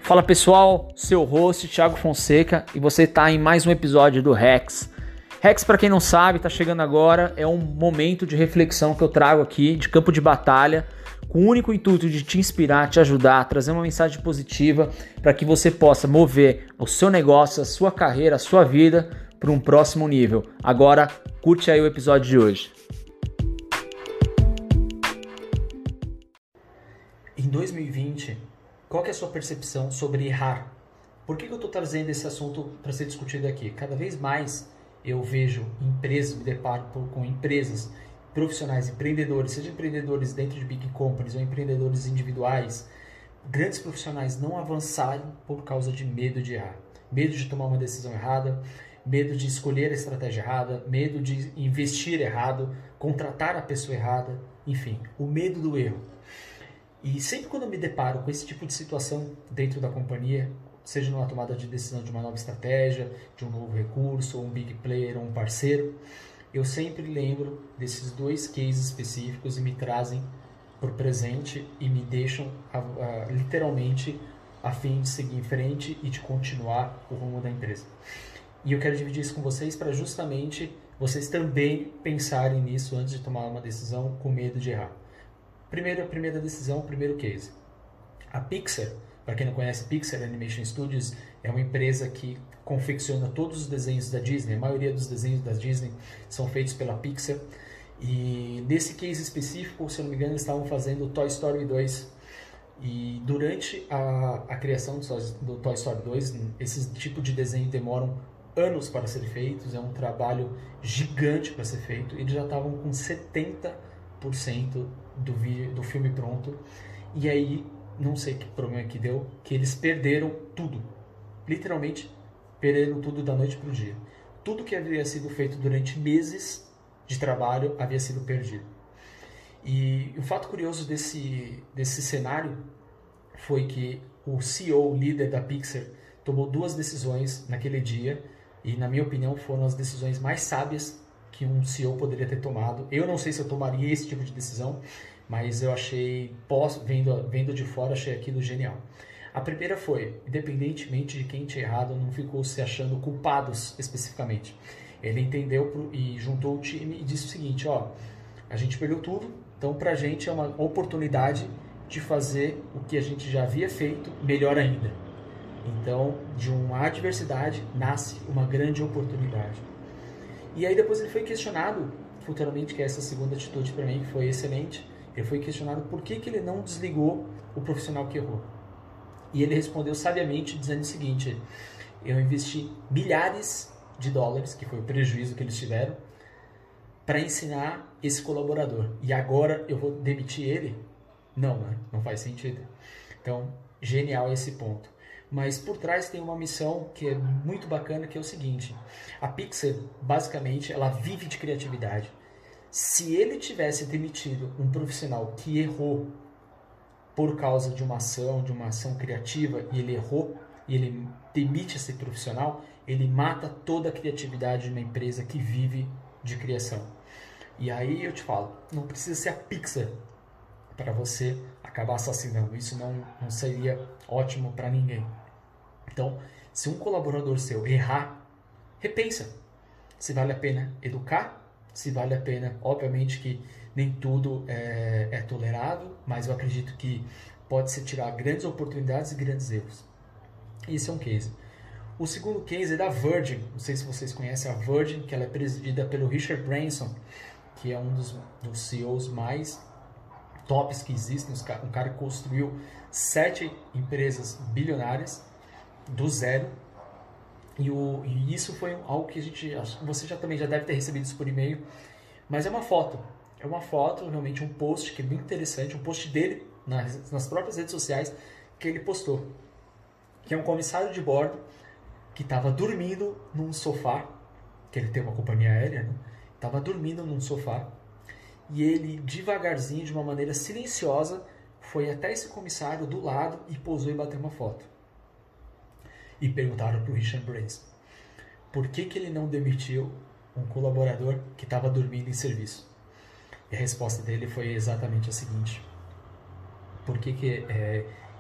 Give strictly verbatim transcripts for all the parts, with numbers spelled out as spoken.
Fala pessoal, seu host Thiago Fonseca e você está em mais um episódio do Hacks. Hacks, para quem não sabe, está chegando agora, é um momento de reflexão que eu trago aqui de campo de batalha com o único intuito de te inspirar, te ajudar, trazer uma mensagem positiva para que você possa mover o seu negócio, a sua carreira, a sua vida para um próximo nível. Agora, curte aí o episódio de hoje. Em dois mil e vinte, qual que é a sua percepção sobre errar? Por que que eu estou trazendo esse assunto para ser discutido aqui? Cada vez mais eu vejo empresas, me deparo com empresas, profissionais, empreendedores, seja empreendedores dentro de big companies ou empreendedores individuais, grandes profissionais não avançarem por causa de medo de errar. Medo de tomar uma decisão errada, medo de escolher a estratégia errada, medo de investir errado, contratar a pessoa errada, enfim, o medo do erro. E sempre quando eu me deparo com esse tipo de situação dentro da companhia, seja numa tomada de decisão de uma nova estratégia, de um novo recurso, ou um big player, ou um parceiro, eu sempre lembro desses dois cases específicos e me trazem para o presente e me deixam a, a, literalmente a fim de seguir em frente e de continuar o rumo da empresa. E eu quero dividir isso com vocês para justamente vocês também pensarem nisso antes de tomar uma decisão com medo de errar. Primeiro, a primeira decisão, o primeiro case. A Pixar, para quem não conhece, Pixar Animation Studios é uma empresa que confecciona todos os desenhos da Disney. A maioria dos desenhos da Disney são feitos pela Pixar. E nesse case específico, se eu não me engano, eles estavam fazendo o Toy Story dois. E durante a, a criação do Toy Story dois, esse tipo de desenho demoram anos para ser feitos. É um trabalho gigante para ser feito. Eles já estavam com setenta por cento do, vídeo, do filme pronto. E aí, não sei que problema que deu, que eles perderam tudo. Literalmente, perderam tudo da noite para o dia. Tudo que havia sido feito durante meses de trabalho havia sido perdido. E o fato curioso desse, desse cenário foi que o C E O, o líder da Pixar, tomou duas decisões naquele dia, e na minha opinião foram as decisões mais sábias que um C E O poderia ter tomado. Eu não sei se eu tomaria esse tipo de decisão, mas eu achei, pós, vendo, vendo de fora, achei aquilo genial. A primeira foi, independentemente de quem tinha errado, não ficou se achando culpados especificamente. Ele entendeu e juntou o time e disse o seguinte, ó, a gente perdeu tudo, então pra gente é uma oportunidade de fazer o que a gente já havia feito melhor ainda. Então, de uma adversidade nasce uma grande oportunidade. E aí depois ele foi questionado, futuramente, que é essa segunda atitude para mim, que foi excelente, ele foi questionado por que, que ele não desligou o profissional que errou. E ele respondeu sabiamente dizendo o seguinte, eu investi milhares de dólares, que foi o prejuízo que eles tiveram, para ensinar esse colaborador. E agora eu vou demitir ele? Não, né? Não faz sentido. Então, genial esse ponto. Mas por trás tem uma missão que é muito bacana, que é o seguinte, a Pixar, basicamente, ela vive de criatividade. Se ele tivesse demitido um profissional que errou por causa de uma ação, de uma ação criativa, e ele errou, e ele demite esse profissional, ele mata toda a criatividade de uma empresa que vive de criação. E aí eu te falo, não precisa ser a Pixar para você acabar assassinando. Isso não, não seria ótimo para ninguém. Então, se um colaborador seu errar, repensa se vale a pena educar, se vale a pena, obviamente que nem tudo é, é tolerável, mas eu acredito que pode-se tirar grandes oportunidades e grandes erros. Esse é um case. O segundo case é da Virgin, não sei se vocês conhecem a Virgin, que ela é presidida pelo Richard Branson, que é um dos, dos C E Os mais tops que existem, um cara que construiu sete empresas bilionárias do zero, e, o, e isso foi algo que a gente, você já também já deve ter recebido isso por e-mail, mas é uma foto, é uma foto, realmente um post que é bem interessante, um post dele nas, nas próprias redes sociais que ele postou, que é um comissário de bordo que estava dormindo num sofá, que ele tem uma companhia aérea, né? Estava dormindo num sofá, e ele, devagarzinho, de uma maneira silenciosa, foi até esse comissário do lado e pousou e bateu uma foto. E perguntaram para o Richard Branson por que, que ele não demitiu um colaborador que estava dormindo em serviço. E a resposta dele foi exatamente a seguinte. Por que, que é,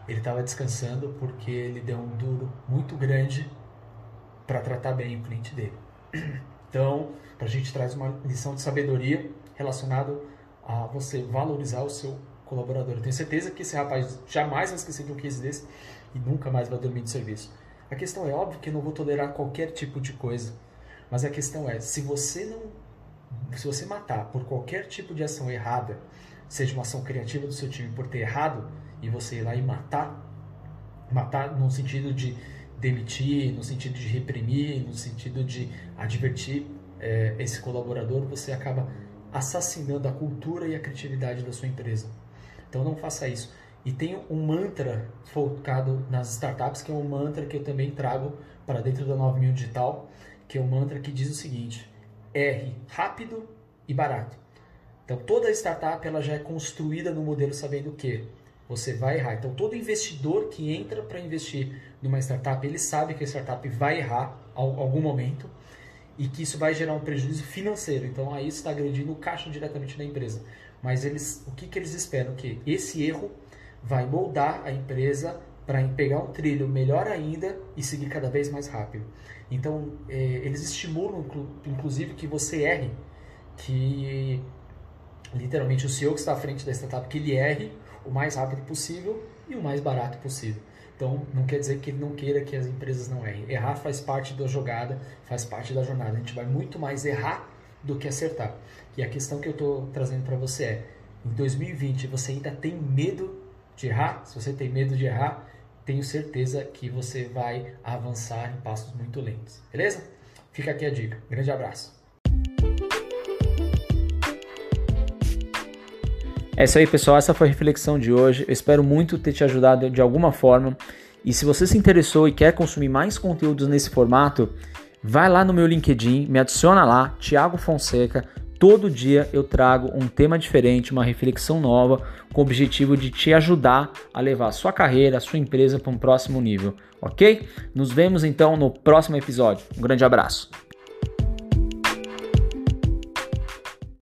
ele estava descansando porque ele deu um duro muito grande para tratar bem o cliente dele. Então, a gente traz uma lição de sabedoria relacionada a você valorizar o seu colaborador. Eu tenho certeza que esse rapaz jamais vai esquecer de um case desse e nunca mais vai dormir de serviço. A questão é, óbvio que eu não vou tolerar qualquer tipo de coisa, mas a questão é, se você não, se você matar por qualquer tipo de ação errada, seja uma ação criativa do seu time por ter errado, e você ir lá e matar, matar no sentido de demitir, no sentido de reprimir, no sentido de advertir é, esse colaborador, você acaba assassinando a cultura e a criatividade da sua empresa. Então não faça isso. E tem um mantra focado nas startups, que é um mantra que eu também trago para dentro da nove mil Digital, que é um mantra que diz o seguinte: R, rápido e barato. Então toda startup ela já é construída no modelo sabendo que você vai errar. Então todo investidor que entra para investir numa startup, ele sabe que a startup vai errar em algum momento e que isso vai gerar um prejuízo financeiro. Então aí está agredindo o caixa diretamente da empresa. Mas eles, o que, que eles esperam? Que esse erro vai moldar a empresa para pegar um trilho melhor ainda e seguir cada vez mais rápido. Então é, eles estimulam inclusive que você erre, que literalmente o C E O que está à frente da startup, que ele erre o mais rápido possível e o mais barato possível. Então, não quer dizer que ele não queira que as empresas não errem. Errar faz parte da jogada, faz parte da jornada. A gente vai muito mais errar do que acertar. E a questão que eu estou trazendo para você é, em dois mil e vinte, você ainda tem medo de errar? Se você tem medo de errar, tenho certeza que você vai avançar em passos muito lentos. Beleza? Fica aqui a dica. Grande abraço. É isso aí, pessoal, essa foi a reflexão de hoje. Eu espero muito ter te ajudado de alguma forma. E se você se interessou e quer consumir mais conteúdos nesse formato, vai lá no meu LinkedIn, me adiciona lá, Thiago Fonseca. Todo dia eu trago um tema diferente, uma reflexão nova, com o objetivo de te ajudar a levar a sua carreira, a sua empresa para um próximo nível, ok? Nos vemos então no próximo episódio. Um grande abraço.